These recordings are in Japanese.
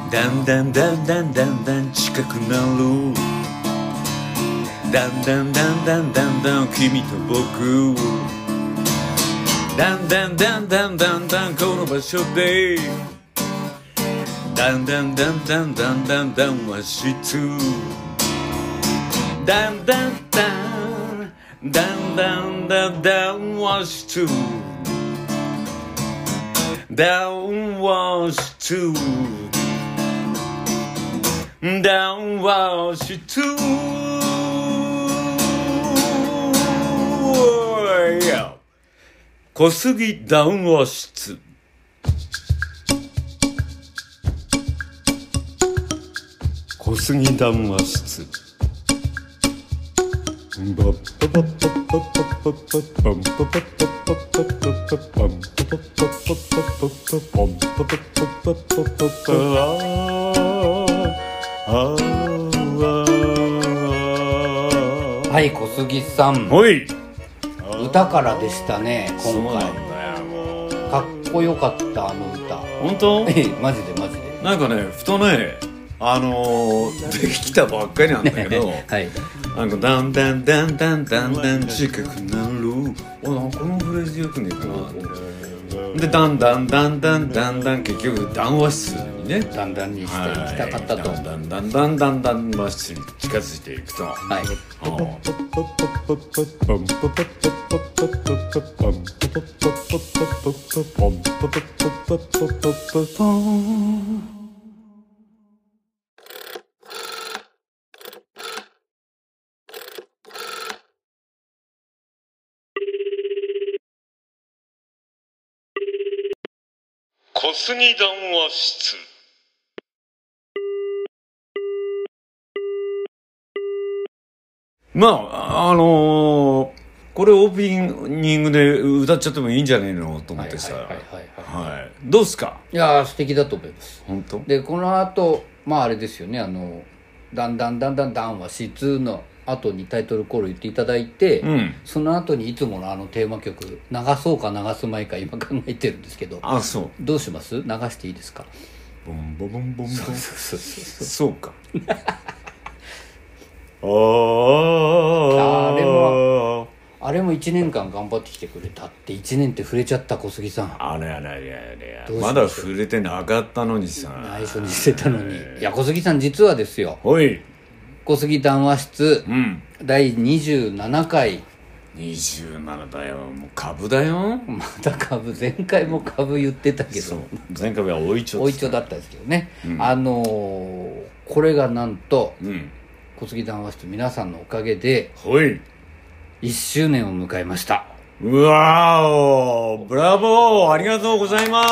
だんだんだんだんだんだん近くなる。だんだんだんだんだんだん君と僕、だんだんだんだんだんだんこの場所で、だんだんだんだんだんだんだんはしつ、だんだんだんだんだんだんだんはしつ、だんはしつ、だんはしつ、小杉談話室。小杉談話室。 はい、小杉さん。 はい。 歌からでしたね、今そうなん回。 だよ、もう。 かっこよかった、あの歌。 本当？ マジでマジで。 なんかね、ふとね、できたばっかりなんだけど、 はい。 なんかだんだんだんだんだんだん近くなる。このフレーズよくねえかなって。で、だんだんだんだんだんだん結局談話室にね、 だんだんにしていきたかったと。 だんだんだんだんだんだん談話室に近づいていくと。 はい。 小杉談話室。まあこれオープニングで歌っちゃってもいいんじゃねえのと思ってさ、はいどうっすか？ いやー、素敵だと思います。 本当？ で、この後、まああれですよね、だんだんだんだん談話室の後にタイトルコール言っていただいて、その後にいつものテーマ曲流そうか流すまいか今考えてるんですけど、 あ、そう。 どうします？流していいですか？ ボンボボンボンボン。そうか。 あれも1年間頑張ってきてくれたって1年って触れちゃった小杉さん。 あれまだ触れてなかったのにさ、 内緒にしてたのに。いや、小杉さん実はですよ、 おい小杉談話室、第27回。 27だよ、もう株だよ。 また株、前回も株言ってたけど、 前回はおいちょだったんですけどね、これがなんと、小杉談話室皆さんのおかげで1周年を迎えました。 うわーお、ブラボー、ありがとうございます。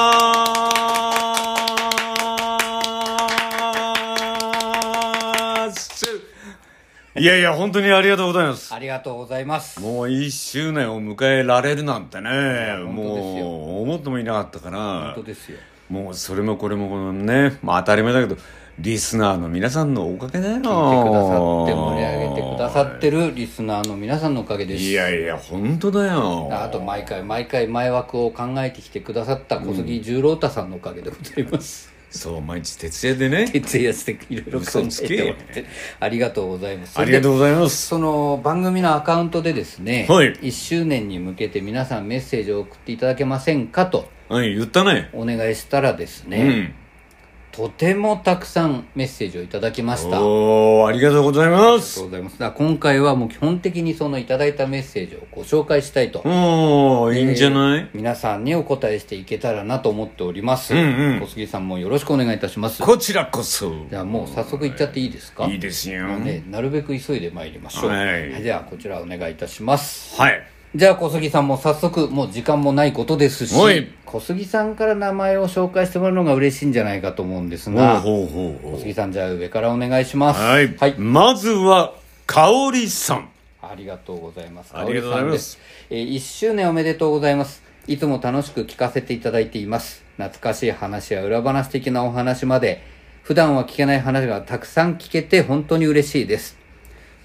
いやいや、本当にありがとうございます。 ありがとうございます。 もう1周年を迎えられるなんてね、もう思ってもいなかったから。 本当ですよ。 もうそれもこれもこのね、まあ当たり前だけど、リスナーの皆さんのおかげだよ。聞いてくださって盛り上げてくださってるリスナーの皆さんのおかげです。 いやいや、本当だよ。 あと毎回前枠を考えてきてくださった小杉十郎太さんのおかげでございます。 そう、毎日徹夜でね。 徹夜していろいろ考えてもらってありがとうございます。 ありがとうございます。 その番組のアカウントでですね、1周年に向けて皆さんメッセージを送っていただけませんかと言ったね。 お願いしたらですね、とてもたくさんメッセージをいただきました。 おー、ありがとうございます。 ありがとうございます。だから今回はもう基本的にそのいただいたメッセージをご紹介したいと。 おー、いいんじゃない？ 皆さんにお答えしていけたらなと思っております。小杉さんもよろしくお願いいたします。 こちらこそ。 じゃあもう早速いっちゃっていいですか？ いいですよ。 なるべく急いで参りましょう。じゃあこちらお願いいたします。 はい。 じゃあ小杉さんも早速、もう時間もないことですし、小杉さんから名前を紹介してもらうのが嬉しいんじゃないかと思うんですが、小杉さん、じゃあ上からお願いします。 はい。まずは香織さん。 ありがとうございます。 ありがとうございます。 1周年おめでとうございます。いつも楽しく聞かせていただいています。懐かしい話や裏話的なお話まで、普段は聞けない話がたくさん聞けて本当に嬉しいです。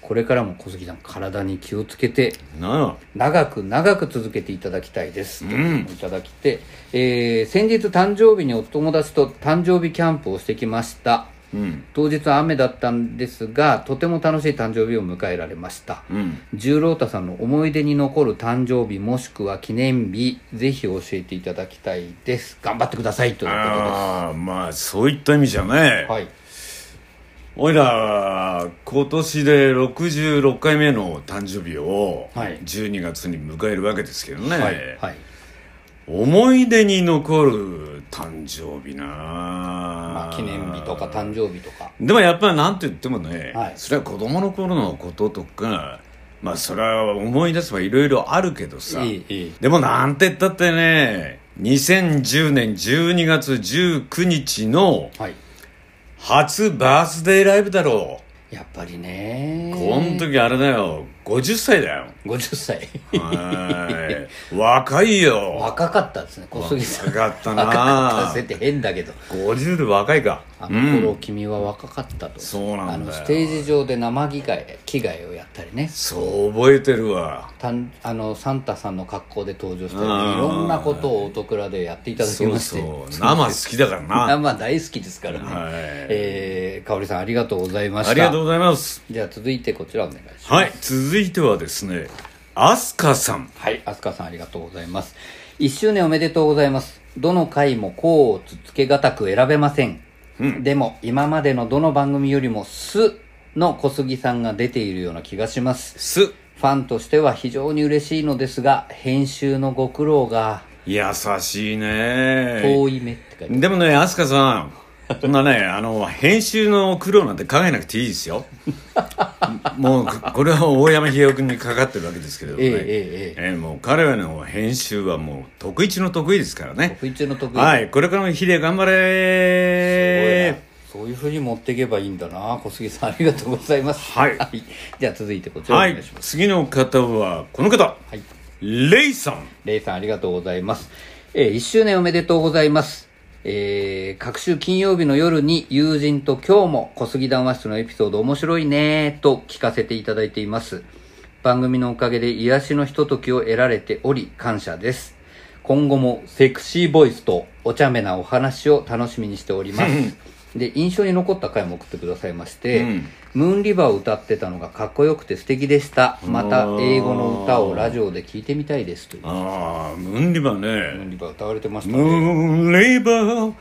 これからも小杉さん体に気をつけてなあ、 長く長く続けていただきたいですといただきて、先日誕生日にお友達と誕生日キャンプをしてきました。当日は雨だったんですがとても楽しい誕生日を迎えられました。十郎太さんの思い出に残る誕生日もしくは記念日ぜひ教えていただきたいです。頑張ってくださいということです。 ああ、まあそういった意味じゃね、 はい、 おいら今年で66回目の誕生日を12月に迎えるわけですけどね、 はいはい、 思い出に残る誕生日な、 まあ、記念日とか誕生日とかでもやっぱりなんて言ってもね、 はい、 それは子供の頃のこととか、まあそれは思い出せばいろいろあるけどさ、でもなんて言ったってね、2010年12月19日の初バースデーライブだろう。 やっぱりね、 この時あれだよ、50歳だよ。 50歳はい、若いよ。 若かったですね、小杉さん。 若かったな。 若かったって変だけど 50で若いか。 あの頃、君は若かったと。 そうなんだよ。 ステージ上で生着替えをやったりね。 そう覚えてるわ。 サンタさんの格好で登場したり、いろんなことを音倉でやっていただきまして。 そう生好きだからな。 生大好きですからね。はい、香織さんありがとうございました。 ありがとうございます。 じゃあ続いてこちらお願いします。 はい、続いてはですね、アスカさん。 はい、アスカさんありがとうございます。1周年おめでとうございます。どの回も甲をつつけがたく選べません。でも今までのどの番組よりもスの小杉さんが出ているような気がします。 スファンとしては非常に嬉しいのですが、編集のご苦労が優しいね。 遠い目って書いてある。 でもね、アスカさん、そんなね、編集の苦労なんて考えなくていいですよ。もうこれは大山ひよ君にかかってるわけですけれどもね、もう彼らの編集はもう得意中の得意ですからね。 得意中の得意。 はい、これからもヒデ頑張れ。 そういうふうに持っていけばいいんだな。小杉さんありがとうございます。 はい、 じゃあ続いてこちらお願いします。 はい、次の方はこの方、はい、レイさん。 レイさんありがとうございます。1周年おめでとうございます。各週金曜日の夜に友人と今日も小杉談話室のエピソード面白いねと聞かせていただいています。番組のおかげで癒しのひとときを得られており感謝です。今後もセクシーボイスとお茶目なお話を楽しみにしております。で、印象に残った回も送ってくださいまして、ムーンリバーを歌ってたのがかっこよくて素敵でした。また英語の歌をラジオで聞いてみたいですという。 ああ、ムーンリバーね。 ムーンリバー歌われてましたね。 ムーンリバー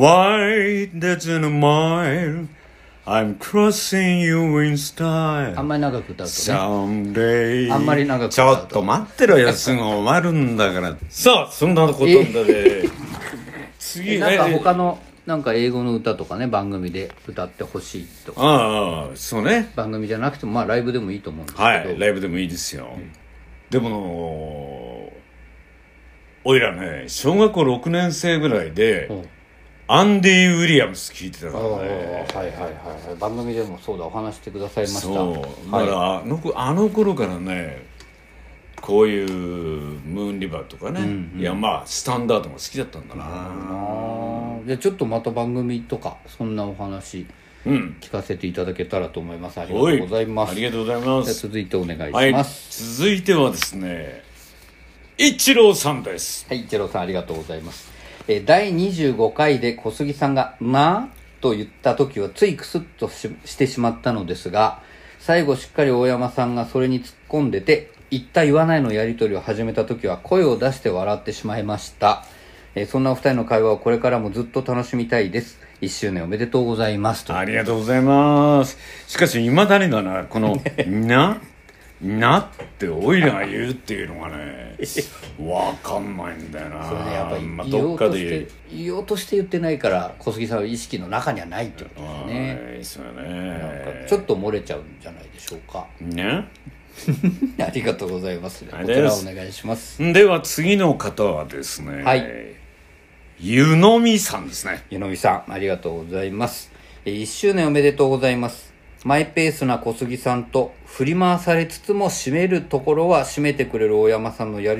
White that's in a mile I'm crossing you in style あんまり長く歌うとね Someday あんまり長く歌うとちょっと待ってろよ、すぐ終わるんだからさあ、そんなことだで次なんか他のなんか英語の歌とかね、番組で歌ってほしいとか。 ああ、そうね。 番組じゃなくてもまあライブでもいいと思うんですけど。 はい、ライブでもいいですよ。でもおいらね、小学校6年生ぐらいでアンディ・ウィリアムス聞いてたからね。はいはいはい、番組でもそうだ、お話してくださいました。 そうだから、はい、あの頃からね、こういうムーンリバーとかね、いやまあスタンダードが好きだったんだな。 じゃあちょっとまた番組とかそんなお話聞かせていただけたらと思います。ありがとうございます。 ありがとうございます。 じゃあ続いてお願いします。 はい、続いてはですね、一郎さんです。 はい、一郎さんありがとうございます。第25回で小杉さんがなと言った時はついクスッとしてしまったのですが、最後しっかり大山さんがそれに突っ込んでて、言った言わないのやり取りを始めた時は声を出して笑ってしまいました。そんなお二人の会話をこれからもずっと楽しみたいです。1周年おめでとうございますと。 ありがとうございます。しかし未だにだな、このなってオイラが言うっていうのがねわかんないんだよな。 それね、やっぱり、 まあ、どっかで言おうとして言ってないから小杉さんは意識の中にはないってことですね。 そうよね。なんね。 かちょっと漏れちゃうんじゃないでしょうかね。 ありがとうございます。こちらお願いします。 では次の方はですね、 はい、 湯飲みさんですね。 湯飲みさんありがとうございます。1周年おめでとうございます。マイペースな小杉さんと振り回されつつも締めるところは締めてくれる大山さんのやりとり、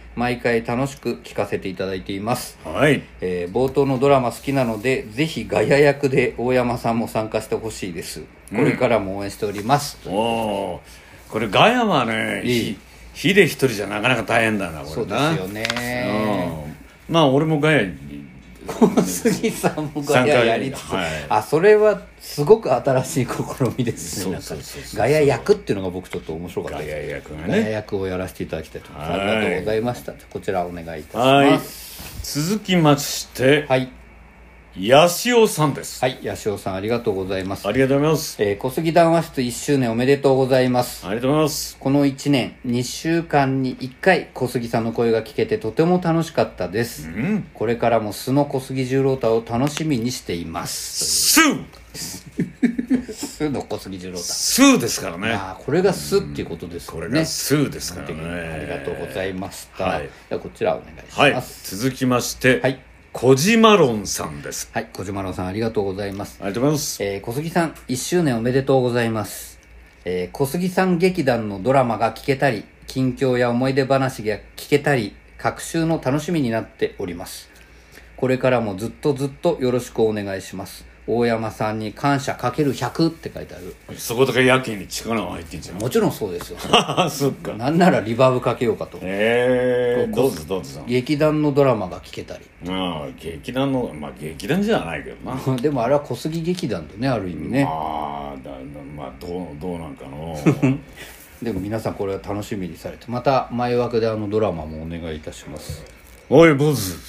毎回楽しく聞かせていただいています。 はい、 冒頭のドラマ好きなので、ぜひガヤ役で大山さんも参加してほしいです。これからも応援しております。 おー、これガヤはね、火で一人じゃなかなか大変だな、これな。 そうですよね。 まあ俺もガヤに小杉さんもガヤやりつつ、それはすごく新しい試みですね。ガヤ役っていうのが僕ちょっと面白かったです。ガヤ役をやらせていただきたいと思います。ありがとうございました。こちらお願いいたします。 続きまして、ヤシオさんです。 はい、ヤシオさんありがとうございます。 ありがとうございます。 小杉談話室1周年おめでとうございます。 ありがとうございます。 この1年2週間に1回小杉さんの声が聞けてとても楽しかったです。これからも素の小杉十郎太を楽しみにしています。素の小杉十郎太。 素ですからね。 これが素っていうことですね。 これが素ですからね。 ありがとうございました。ではこちらお願いします。 続きまして、小島論さんです。 はい、小島論さんありがとうございます。 ありがとうございます。 小杉さん1周年おめでとうございます。小杉さん劇団のドラマが聞けたり、近況や思い出話が聞けたり、各週の楽しみになっております。これからもずっとよろしくお願いします。大山さんに感謝かける100って書いてある。 そこだけやけに力が入ってんじゃん。 もちろんそうですよ。 そっか。 なんならリバーブかけようかと。 どうぞ。 劇団のドラマが聞けたり。 劇団の、劇団じゃないけどな。 でもあれは小杉劇団だね、ある意味ね。 どうなんかの。 でも皆さんこれは楽しみにされて、また前枠でドラマもお願いいたします。 おい坊主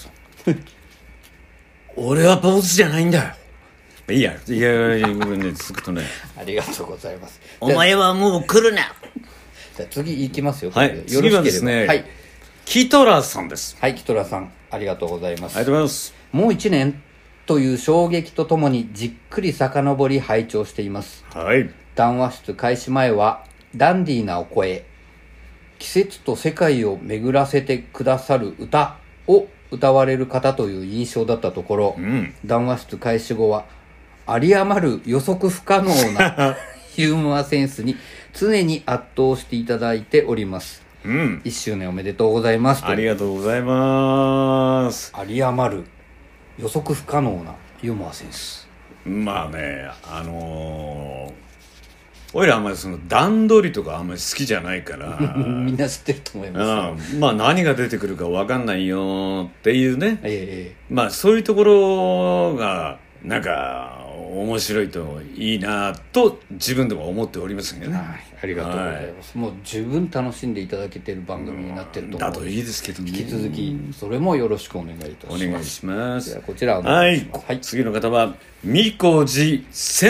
俺は坊主じゃないんだよ。いやごめんね、続くとね。 ありがとうございます。 お前はもう来るな。 じゃあ次行きますよ。 次はですね、キトラさんです。 はい、キトラさんありがとうございます。 ありがとうございます。 もう1年という衝撃とともにじっくり遡り拝聴しています。談話室開始前はダンディーなお声、季節と世界を巡らせてくださる歌を歌われる方という印象だったところ、談話室開始後は有り余る予測不可能なユーモアセンスに常に圧倒していただいております。1周年おめでとうございます。 ありがとうございます。 有り余る予測不可能なユーモアセンス。 まあね、おいらあんまりその段取りとかあんまり好きじゃないからみんな知ってると思います。 何が出てくるか分かんないよっていうね、そういうところがなんか面白いといいなと自分でも思っておりますけどね。 ありがとうございます。もう十分楽しんでいただけている番組になっていると思う。 だといいですけどね。 引き続きそれもよろしくお願いいたします。 お願いします。 ではこちらお願いします。 次の方はみこじ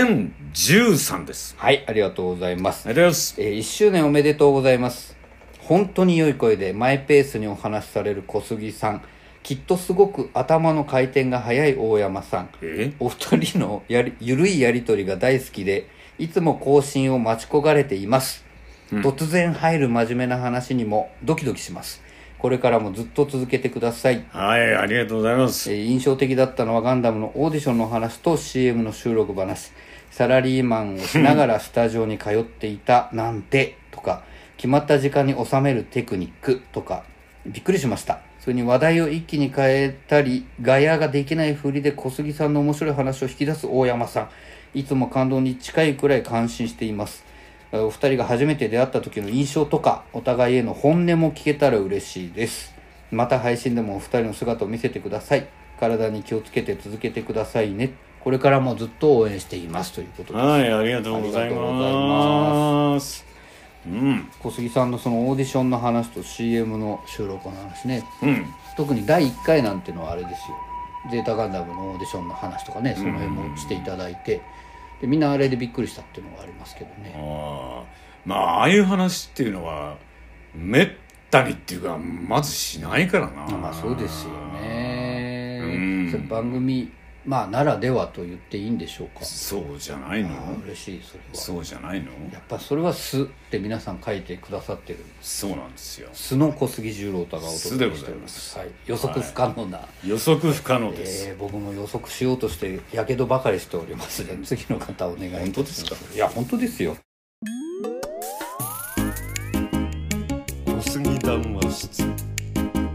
1013です。 はい、ありがとうございます。 ありがとうございます。 1周年おめでとうございます。本当に良い声でマイペースにお話しされる小杉さん、きっとすごく頭の回転が速い大山さん、お二人のゆるいやりとりが大好きで、いつも更新を待ち焦がれています。突然入る真面目な話にもドキドキします。これからもずっと続けてください。 はい、ありがとうございます。 印象的だったのはガンダムのオーディションの話と CM の収録話、サラリーマンをしながらスタジオに通っていたなんてとか、決まった時間に収めるテクニックとか、びっくりしました。それに話題を一気に変えたり、ガヤができないふりで小杉さんの面白い話を引き出す大山さん、いつも感動に近いくらい感心しています。お二人が初めて出会った時の印象とか、お互いへの本音も聞けたら嬉しいです。また配信でもお二人の姿を見せてください。体に気をつけて続けてくださいね。これからもずっと応援していますということです。 はい、ありがとうございます。 小杉さんのそのオーディションの話と CM の収録の話ね、特に第1回なんてのはあれですよ、ゼータガンダムのオーディションの話とかね、その辺もしていただいて、でみんなあれでびっくりしたっていうのがありますけどね。 ああいう話っていうのはめったにっていうかまずしないからな。 そうですよね。それ番組ならではと言っていいんでしょうか。 そうじゃないの。 嬉しい。それはそうじゃないの。 やっぱそれは素って皆さん書いてくださってる。 そうなんですよ。 素の小杉十郎太がお届けしております。予測不可能な、 予測不可能です。 僕も予測しようとしてやけどばかりしておりますので、次の方お願いします。 本当ですか。 いや本当ですよ。 小杉談話室。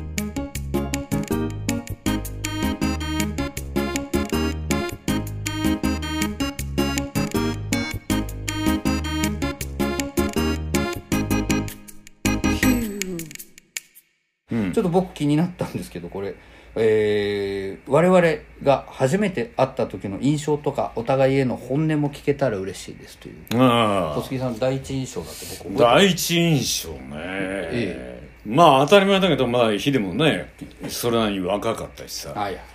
ちょっと僕気になったんですけど、これ、我々が初めて会った時の印象とかお互いへの本音も聞けたら嬉しいですという。小杉さん第一印象だって僕覚えてます。 第一印象ね、まあ当たり前だけど、まあヒデもねそれなりに若かったしさ、 はいはい、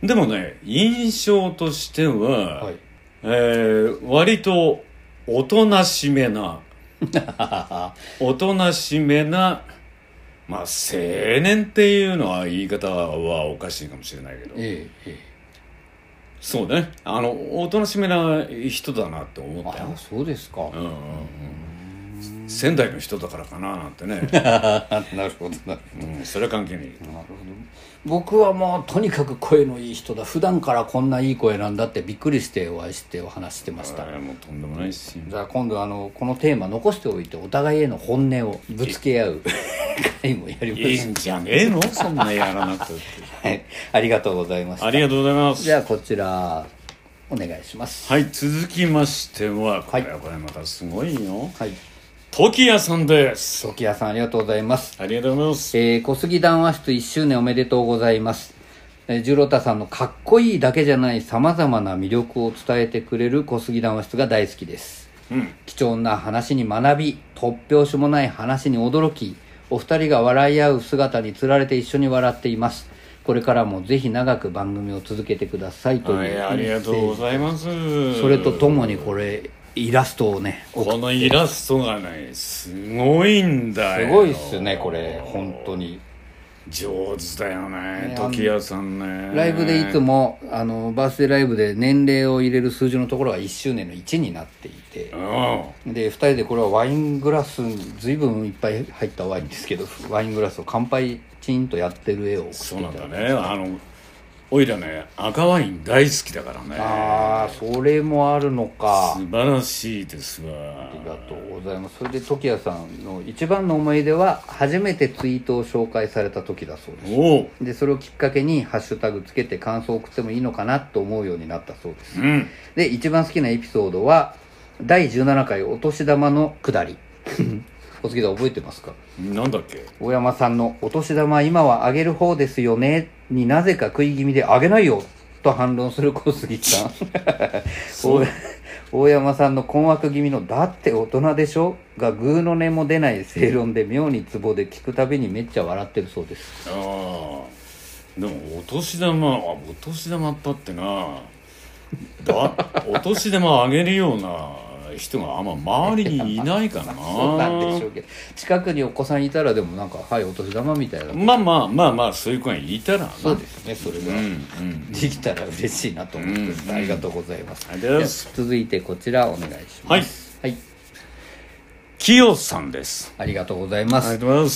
でもね印象としては、 はい、 割とおとなしめなおとなしめな、まあ青年っていうのは言い方はおかしいかもしれないけど、そうね、おとなしめな人だなって思ったよ。 そうですか。 仙台の人だからかななんてねなるほどな、 それは関係ない。なるほど。 僕はもうとにかく声のいい人だ、普段からこんないい声なんだってびっくりしてお会いしてお話してました。 もうとんでもないし、 じゃあ今度このテーマ残しておいてお互いへの本音をぶつけ合う回もやります。 いいんじゃねえのそんなやらなくてはい、ありがとうございました。 ありがとうございます。 じゃあこちらお願いします。 はい、続きましてはこれまたすごいよ。 はい、 時矢さんです。 時矢さんありがとうございます。 ありがとうございます。 小杉談話室1周年おめでとうございます。十郎太さんのかっこいいだけじゃないさまざまな魅力を伝えてくれる小杉談話室が大好きです、貴重な話に学び、突拍子もない話に驚き、お二人が笑い合う姿につられて一緒に笑っています。これからもぜひ長く番組を続けてくださいという、 ありがとうございます。 それとともにこれイラストをね、 このイラストがねすごいんだよ。 すごいっすね、これ本当に上手だよね、時矢さんね。 ライブでいつもバースデーライブで年齢を入れる数字のところが1周年の1になっていて、で2人でこれはワイングラスに随分いっぱい入ったワインですけど、ワイングラスを乾杯チンとやってる絵を送っていただいて。 そうなんだね、おいらね赤ワイン大好きだからね。 ああ、それもあるのか。 素晴らしいですわ。 ありがとうございます。それで時矢さんの一番の思い出は初めてツイートを紹介された時だそうです。でそれをきっかけにハッシュタグつけて感想を送ってもいいのかなと思うようになったそうです、で一番好きなエピソードは第17回お年玉のくだりお次で覚えてますか？ なんだっけ？ 大山さんのお年玉今はあげる方ですよねになぜか食い気味であげないよと反論する小杉さん大山さんの困惑気味のだって大人でしょがグーの音も出ない正論で妙にツボで聞くたびにめっちゃ笑ってるそうです。 ああ、でもお年玉だってなお年玉あげるような人があんま周りにいないからなそうなんでしょうけど、近くにお子さんいたらでもなんかはいお年玉みたいな、 まあそういう子がいたらな。 そうですね、それができたら嬉しいなと思ってます、ありがとうございます。続いてこちらお願いします。はい、 きよさんです。 ありがとうございます。 ありがとうございます。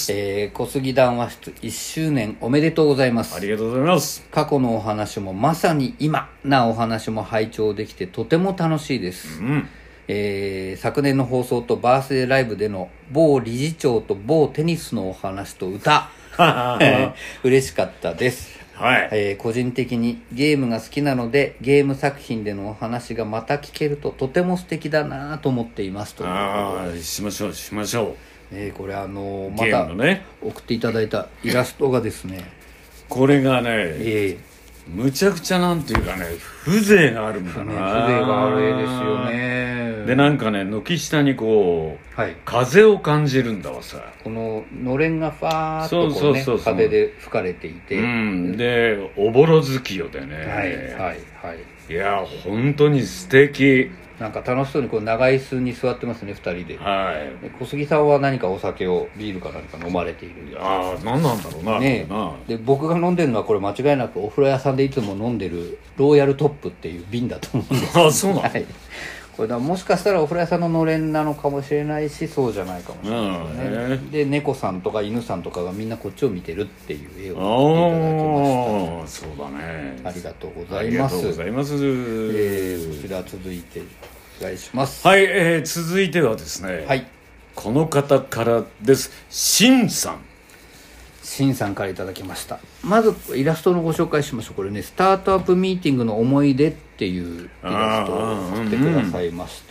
小杉談話室1周年おめでとうございます。 ありがとうございます。 過去のお話もまさに今なお話も拝聴できてとても楽しいです、昨年の放送とバースデーライブでの某理事長と某テニスのお話と歌嬉しかったです。個人的にゲームが好きなのでゲーム作品でのお話がまた聞けるととても素敵だなと思っていますと。 しましょう。 これまた送っていただいたイラストがですね、 これがね、むちゃくちゃなんていうかね風情があるんだな。 風情がある絵ですよね。 でなんかね軒下にこう、風を感じるんだわさ。 こののれんがファーっとこうね風で吹かれていて、 でおぼろ月夜でね、いや本当に素敵。なんか楽しそうにこう長椅子に座ってますね、2人で。小杉さんは何かお酒をビールか何か飲まれている。 何なんだろうな。 で僕が飲んでるのはこれ間違いなくお風呂屋さんでいつも飲んでるローヤルトップっていう瓶だと思うんです。 そうなの。 これだもしかしたらお風呂屋さんののれんなのかもしれないし、そうじゃないかもしれないですね。で猫さんとか犬さんとかがみんなこっちを見てるっていう絵を撮っていただきました。 そうだね。 ありがとうございます。こちら続いてお願いします。 続いてはですね、この方からです。しんさんからいただきました。まずイラストのご紹介しましょう。これね、スタートアップミーティングの思い出っていうイラストを送ってくださいました。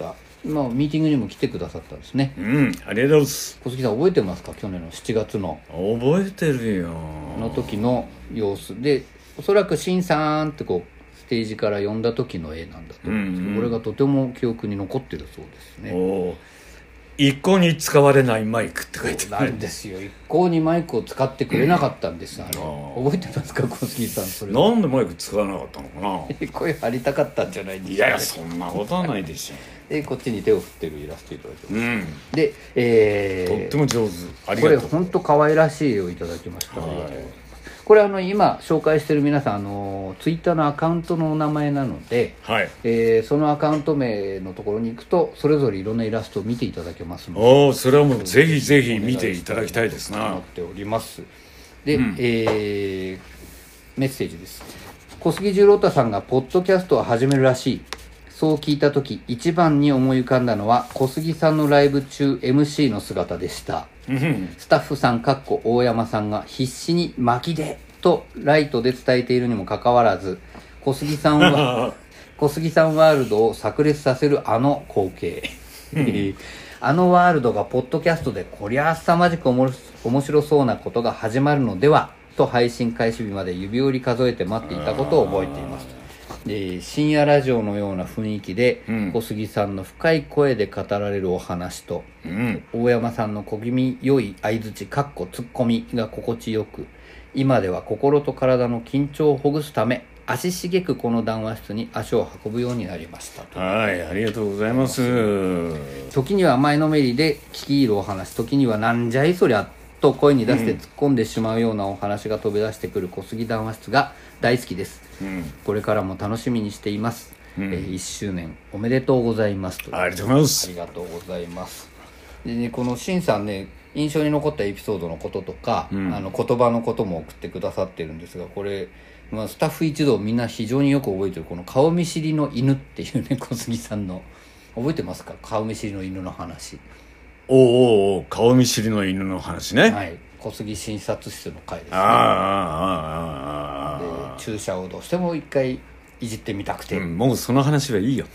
まあ、ミーティングにも来てくださったんですね。 うん、ありがとうございます。 小杉さん覚えてますか？去年の7月の覚えてるよの時の様子で、おそらくシンさんってこうステージから呼んだ時の絵なんだと思うんですけど、これがとても記憶に残ってるそうですね。 お一向に使われないマイクって書いてあるんですよ。一向にマイクを使ってくれなかったんです。あれ覚えてますか、小杉さん？それなんでマイク使わなかったのかな。 声張りたかったんじゃないですか。 いやいや、そんなことはないでしょ。 でこっちに手を振ってるイラストいただきます、 うん、 で、 とっても上手、ありがとう。 これ本当可愛らしい絵をいただきました。これ今紹介してる皆さんツイッターのアカウントのお名前なので、 はい、 そのアカウント名のところに行くとそれぞれいろんなイラストを見ていただけますので、 それはもうぜひぜひ見ていただきたいですなと思っております。で、メッセージです。小杉十郎太さんがポッドキャストを始めるらしい。そう聞いた時一番に思い浮かんだのは小杉さんのライブ中 MC の姿でした。スタッフさん大山さんが必死に巻きでとライトで伝えているにもかかわらず、小杉さんワールドを炸裂させるあの光景あのワールドがポッドキャストでこりゃ凄まじく面白そうなことが始まるのではと配信開始日まで指折り数えて待っていたことを覚えています。深夜ラジオのような雰囲気で、小杉さんの深い声で語られるお話と、大山さんの小気味良い相づちツッコミが心地よく、今では心と体の緊張をほぐすため足しげくこの談話室に足を運ぶようになりましたと。 はい、ありがとうございます。 時には前のめりで聞き入るお話、時にはなんじゃいそりゃと声に出して突っ込んでしまうようなお話が飛び出してくる小杉談話室が大好きです。これからも楽しみにしています。1周年おめでとうございますと。 ありがとうございます。 ありがとうございます。でね、このシンさんね、印象に残ったエピソードのこととか、言葉のことも送ってくださってるんですが、これ、スタッフ一同みんな非常によく覚えてるこの顔見知りの犬っていうね、小杉さんの覚えてますか？顔見知りの犬の話。 顔見知りの犬の話ね。 はい、小杉診察室の回ですね。で注射をどうしても一回いじってみたくて、 もうその話はいいよ、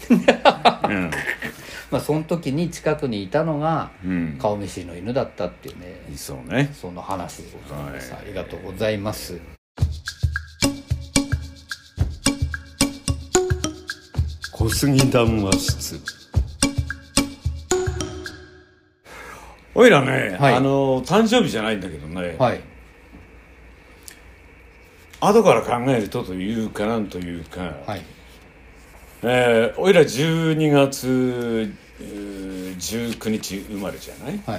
その時に近くにいたのが、顔見知りの犬だったっていうね、 そうね、 その話でございます。ありがとうございます。 小杉談話室。おいらね、誕生日じゃないんだけどね、後から考えるというかなんというか、おいら12月19日生まれじゃない、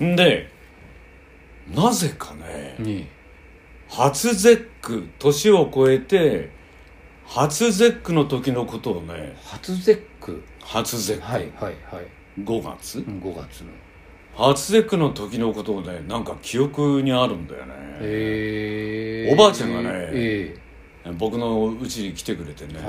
んでなぜかね、初節句、年を超えて初節句の時のことをね、 初節句 5月の初節句の時のことをね、なんか記憶にあるんだよね。おばあちゃんがね、僕の家に来てくれてね、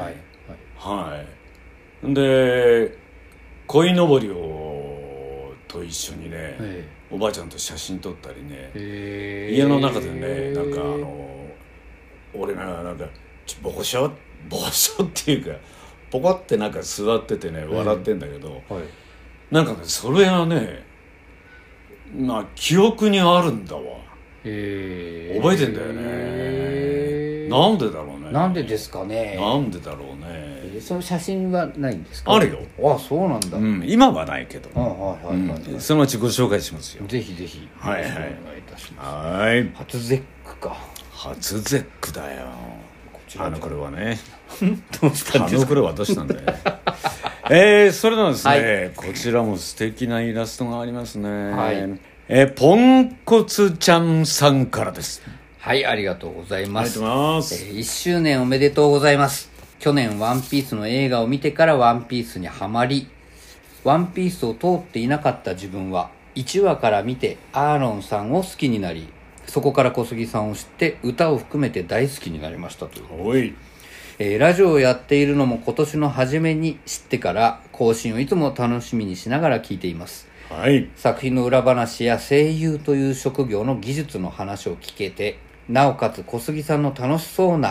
で鯉のぼりをと一緒にね、おばあちゃんと写真撮ったりね、家の中でね、なんか俺がなんかボコショっていうかポコってなんか座っててね、笑ってんだけど、なんかね、それがね、記憶にあるんだわ。覚えてんだよね。なんでだろうね。 なんでですかね。 なんでだろうね。 その写真はないんですか？ あるよ。 あ、そうなんだ。 今はないけど、そのうちご紹介しますよ。 ぜひぜひお願いいたします。 はい。 初節句か。 初節句だよ。これはね。 どうしたんですか？ これはどうしたんだよ。それではですね、こちらも素敵なイラストがありますね。ポンコツちゃんさんからです。 はい、ありがとうございます。 ありがとうございます。 1周年おめでとうございます。去年ワンピースの映画を見てからワンピースにハマり、ワンピースを通っていなかった自分は1話から見てアーロンさんを好きになり、そこから小杉さんを知って歌を含めて大好きになりましたという。 おい。 ラジオをやっているのも今年の初めに知ってから更新をいつも楽しみにしながら聞いています。作品の裏話や声優という職業の技術の話を聞けて、なおかつ小杉さんの楽しそうな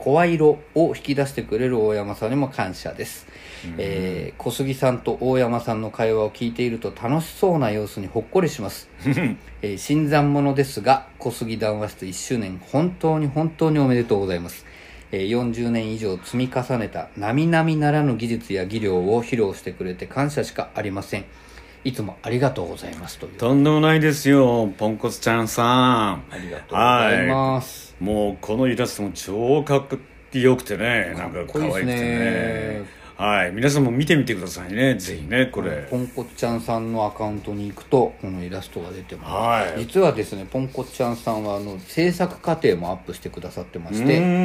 声色を引き出してくれる大山さんにも感謝です。小杉さんと大山さんの会話を聞いていると楽しそうな様子にほっこりします。新参者ですが、小杉談話室1周年本当に本当におめでとうございます。40年以上積み重ねた並々ならぬ技術や技量を披露してくれて感謝しかありません。いつもありがとうございますという。 とんでもないですよ、ポンコツちゃんさん。 ありがとうございます。 もうこのイラストも超かっこよくてね、なんか可愛くてね。はい、皆さんも見てみてくださいね、ぜひね。これポンコツちゃんさんのアカウントに行くとこのイラストが出てます。 はい、 実はですね、ポンコツちゃんさんは制作過程もアップしてくださってまして、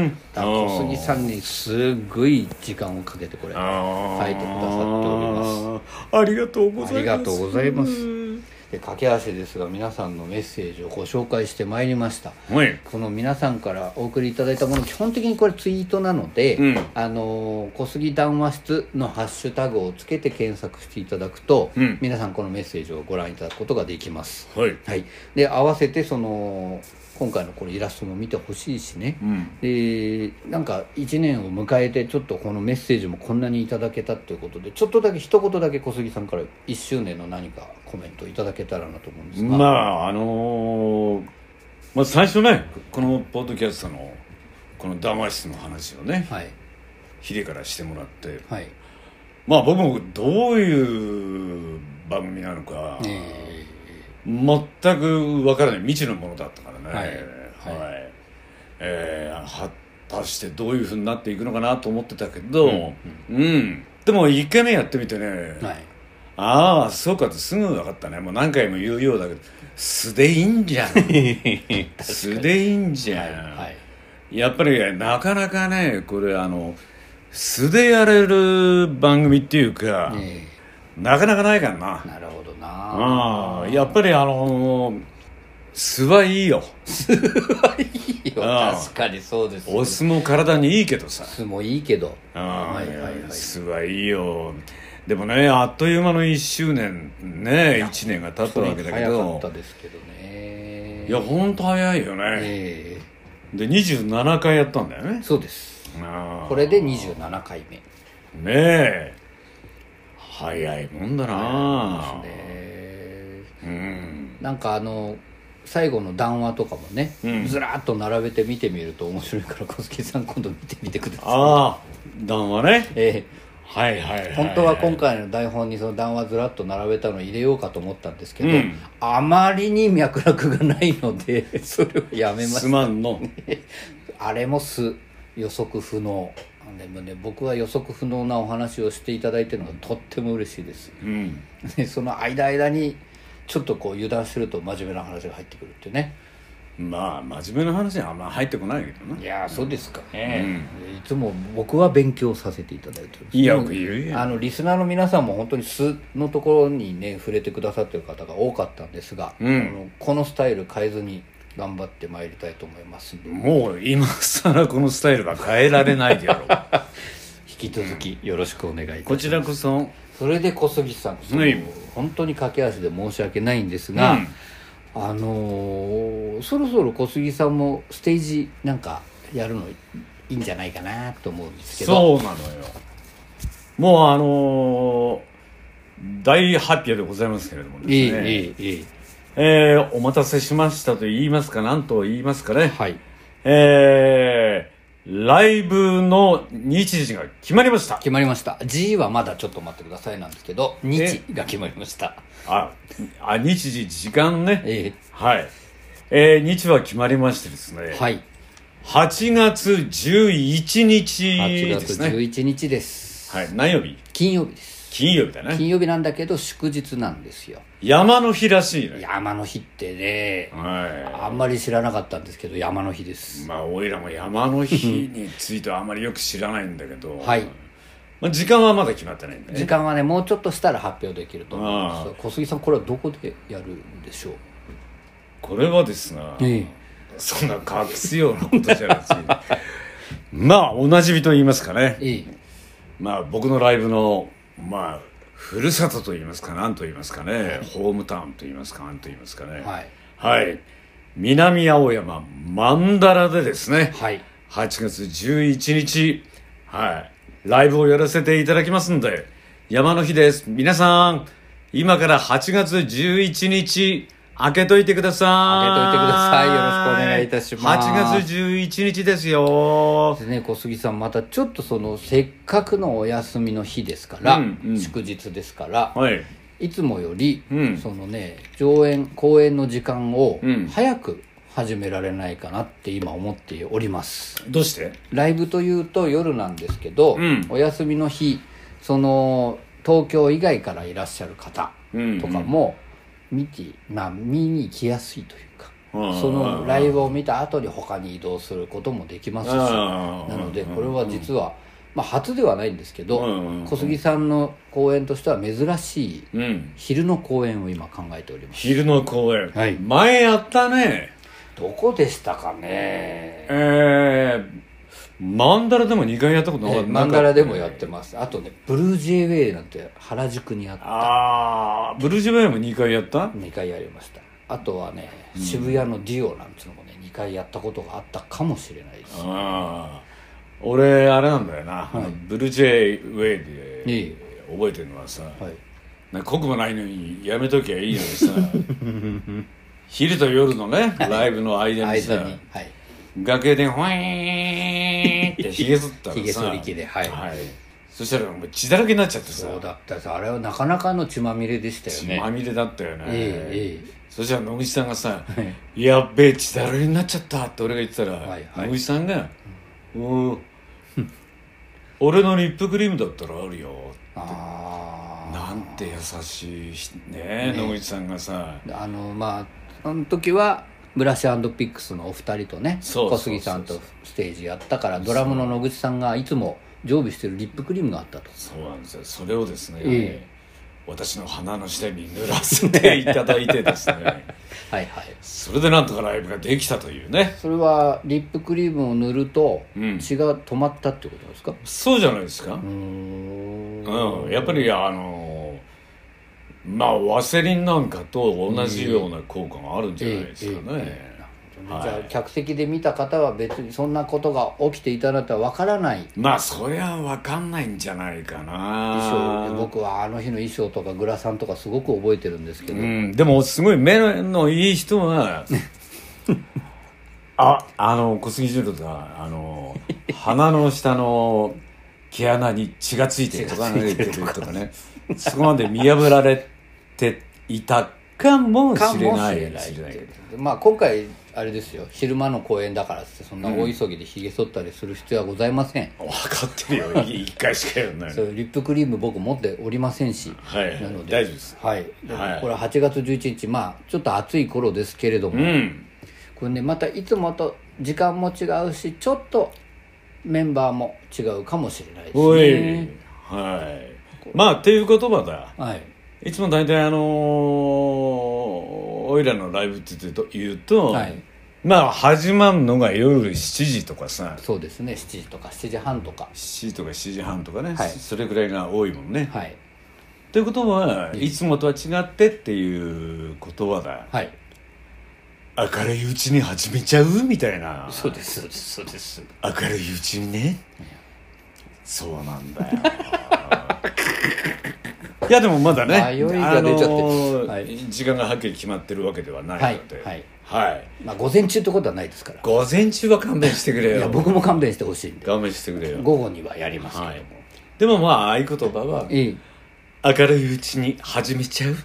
小杉さんにすごい時間をかけてこれ書いてくださっております。 ありがとうございます。 ありがとうございます。で、駆け足ですが皆さんのメッセージをご紹介してまいりました。 はい、 この皆さんからお送りいただいたもの、基本的にこれツイートなので、小杉談話室のハッシュタグをつけて検索していただくと、皆さんこのメッセージをご覧いただくことができます。 はい、 はい、で合わせて今回のこのイラストも見てほしいしね、でなんか1年を迎えてちょっとこのメッセージもこんなにいただけたということで、ちょっとだけ一言だけ小杉さんから1周年の何かコメントいただけたらなと思うんですが、最初ね、このポッドキャストのこの談話室の話をね、 はい、 ヒデからしてもらって、 はい、 僕もどういう番組なのか、全く分からない未知のものだったからね、果たしてどういうふうになっていくのかなと思ってたけど、でも1回目やってみてね、ああそうかってすぐ分かったね。もう何回も言うようだけど、素でいいんじゃん素でいいんじゃん、やっぱりなかなかね、これ素でやれる番組っていうか、なかなかないからな。 なるほどな。 やっぱり素はいいよ。 素はいいよ。確かにそうです、ね。 お酢も体にいいけどさ。 酢もいいけど。 酢はいいよ。でもね、あっという間の1周年ね、1年が経ったわけだけど。 早かったですけどね。 いや、ほんと早いよね。で、27回やったんだよね。 そうです。これで27回目。 ねえ。早いもんだな。 なんか最後の談話とかもね、ずらっと並べて見てみると面白いから、小杉さん今度見てみてください。 談話ね。 本当は今回の台本にその談話ずらっと並べたの入れようかと思ったんですけど、あまりに脈絡がないのでそれをやめました。 すまんのあれも予測不能でもね、僕は予測不能なお話をしていただいているのがとっても嬉しいです、でその間にちょっとこう油断すると真面目な話が入ってくるっていうね。 真面目な話はあんま入ってこないけどな。 いやそうですかね、いつも僕は勉強させていただいてるんです。 いや僕言うやリスナーの皆さんも本当に素のところにね触れてくださっている方が多かったんですが、このスタイル変えずに頑張ってまいりたいと思いますんで。 もう今更このスタイルが変えられないでやろう引き続きよろしくお願いいたします。 こちらこそ。 それで小杉さん、本当に駆け足で申し訳ないんですが、そろそろ小杉さんもステージなんかやるのいいんじゃないかなと思うんですけど。 そうなのよ。もう大発表でございますけれどもですね、お待たせしましたと言いますか、何と言いますかね、ライブの日時が決まりました。 決まりました。 G はまだちょっと待ってくださいなんですけど、日が決まりました。 日時、時間ね、日は決まりましてですね、8月11日ですね。 8月11日です。 何曜日？ 金曜日です。 金曜日だね。 金曜日なんだけど祝日なんですよ。 山の日らしいね。 山の日ってね、あんまり知らなかったんですけど山の日です。 おいらも山の日についてはあんまりよく知らないんだけど時間はまだ決まってないんだね。 時間はね、もうちょっとしたら発表できると思います。小杉さん、これはどこでやるんでしょう？ これはですね、そんな隠すようなことじゃなくておなじみと言いますかね、僕のライブのふるさとと言いますか、何と言いますかね、ホームタウンと言いますか、何と言いますかね、南青山曼荼羅でですね、 8月11日、はい、ライブをやらせていただきますんで、山の日です。皆さん、今から8月11日、開けといてください。 開けといてください。よろしくお願いいたします。 8月11日ですよ。 でね、小杉さん、またちょっとせっかくのお休みの日ですから、祝日ですから、はい、いつもより、公演の時間を早く始められないかなって今思っております。 どうして？ ライブというと夜なんですけど、お休みの日、東京以外からいらっしゃる方とかも見に行きやすいというか、そのライブを見た後に他に移動することもできますし、なのでこれは実は、初ではないんですけど、小杉さんの公演としては珍しい昼の公演を今考えております。 昼の公演、はい、前やったね。 どこでしたかね。 マンダラでも2回やったことなかった、 マンダラでもやってます。あとね、ブルージェイウェイなんて原宿にあった。 ブルージェイウェイも2回やった？ 2 回やりました。あとはね、渋谷のディオなんていうのもね2回やったことがあったかもしれないです。 俺あれなんだよな、はい、ブルージェイウェイで覚えてるのはさ、濃くもないのにやめときゃいいのにさ昼と夜のね、ライブの間にさ、崖でホイーンってひげ剃ったらさ、 ひげ剃り機で、はい、 そしたらもう血だらけになっちゃってさ。 そうだったさ、あれはなかなかの血まみれでしたよね。 血まみれだったよね。そしたら野口さんがさ、やっべえ血だらけになっちゃったって俺が言ってたら、野口さんが俺のリップクリームだったらあるよって。なんて優しいね、野口さんがさ。 その時はブラッシュ&ピックスのお二人とね、小杉さんとステージやったから、ドラムの野口さんがいつも常備してるリップクリームがあったと。 そうなんですよ。それをですね、私の鼻の下に塗らせていただいてですねはい、それでなんとかライブができたというね。 それはリップクリームを塗ると血が止まったってことですか？ そうじゃないですか。やっぱりワセリンなんかと同じような効果があるんじゃないですかね。 じゃあ客席で見た方は別にそんなことが起きていたらとは分からない。 そりゃ分かんないんじゃないかな。 衣装、僕はあの日の衣装とかグラサンとかすごく覚えてるんですけど、 でもすごい目のいい人は小杉純子が鼻の下の毛穴に血がついてるとかねそこまで見破られていたかもしれない。 今回あれですよ、昼間の公演だからってそんな大急ぎでひげ剃ったりする必要はございません。 分かってるよ1回しかやらない。 そうリップクリーム僕持っておりませんし、 なので大丈夫です。 これは8月11日、ちょっと暑い頃ですけれども、これね、またいつもと時間も違うし、ちょっとメンバーも違うかもしれないですね。 っていう言葉だ。いつも大体おいらのライブって言うと、始まるのが夜7時とかさ。 そうですね、7時とか7時半とか 7時とか7時半とかね、それくらいが多いもんね。ということはいつもとは違ってっていう言葉だ。明るいうちに始めちゃうみたいな。 そうですそうです。 明るいうちにね。そうなんだよいやでもまだね、 迷いが出ちゃって、 時間がはっきり決まってるわけではないので、 午前中ってことはないですから。 午前中は勘弁してくれよ。 いや僕も勘弁してほしいんで。 勘弁してくれよ。 午後にはやりますけども、 でも合言葉は明るいうちに始めちゃう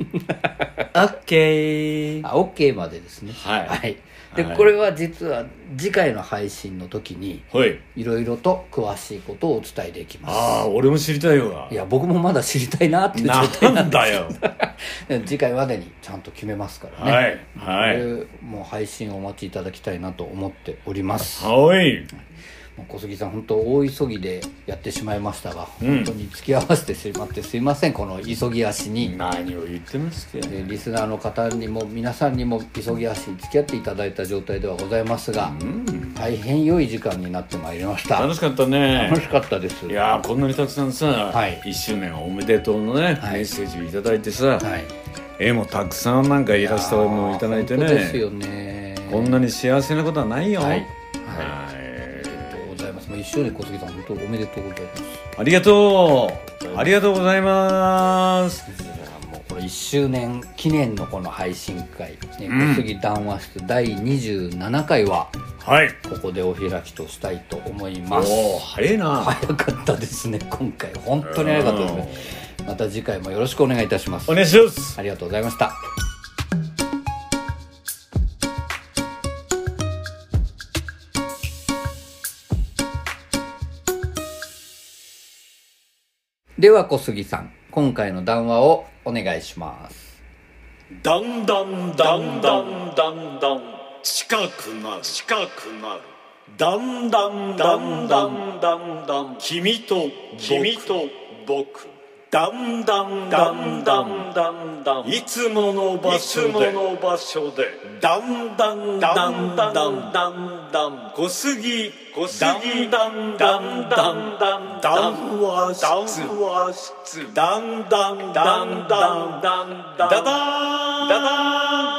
OK までですね。でこれは実は次回の配信の時にいろいろと詳しいことをお伝えできます。 俺も知りたいわ。 いや僕もまだ知りたいなっていう状態なんだよ次回までにちゃんと決めますからね。もう配信をお待ちいただきたいなと思っております。小杉さん本当大急ぎでやってしまいましたが、本当に付き合わせてしまってすいません。この急ぎ足に何を言ってますか。 リスナーの方にも皆さんにも急ぎ足に付き合っていただいた状態ではございますが、大変良い時間になってまいりました。 楽しかったね。 楽しかったです。 いやこんなにたくさんさ、1周年おめでとうのね、メッセージをいただいてさ、絵もたくさんなんかイラストもいただいてね。 本当ですよね。 こんなに幸せなことはないよ。 ます。1周年小杉さん本当おめでとうございます。 ありがとう、ありがとうございます。 もうこれ1周年記念のこの配信会、ね、小杉談話室第27回はここでお開きとしたいと思います。 早いな。 早かったですね今回、本当に早かったですね。また次回もよろしくお願いいたします。 お願いします。 ありがとうございました。では小杉さん、今回の談話をお願いします。 だんだんだんだんだんだん近くなる近くなる、だんだんだんだんだんだん君と僕、だんだんだんだんだんだんいつもの場所でだんだんだんだんだんだん小杉だんだんだんだんだん談話室だんだんだんだんだんだだだ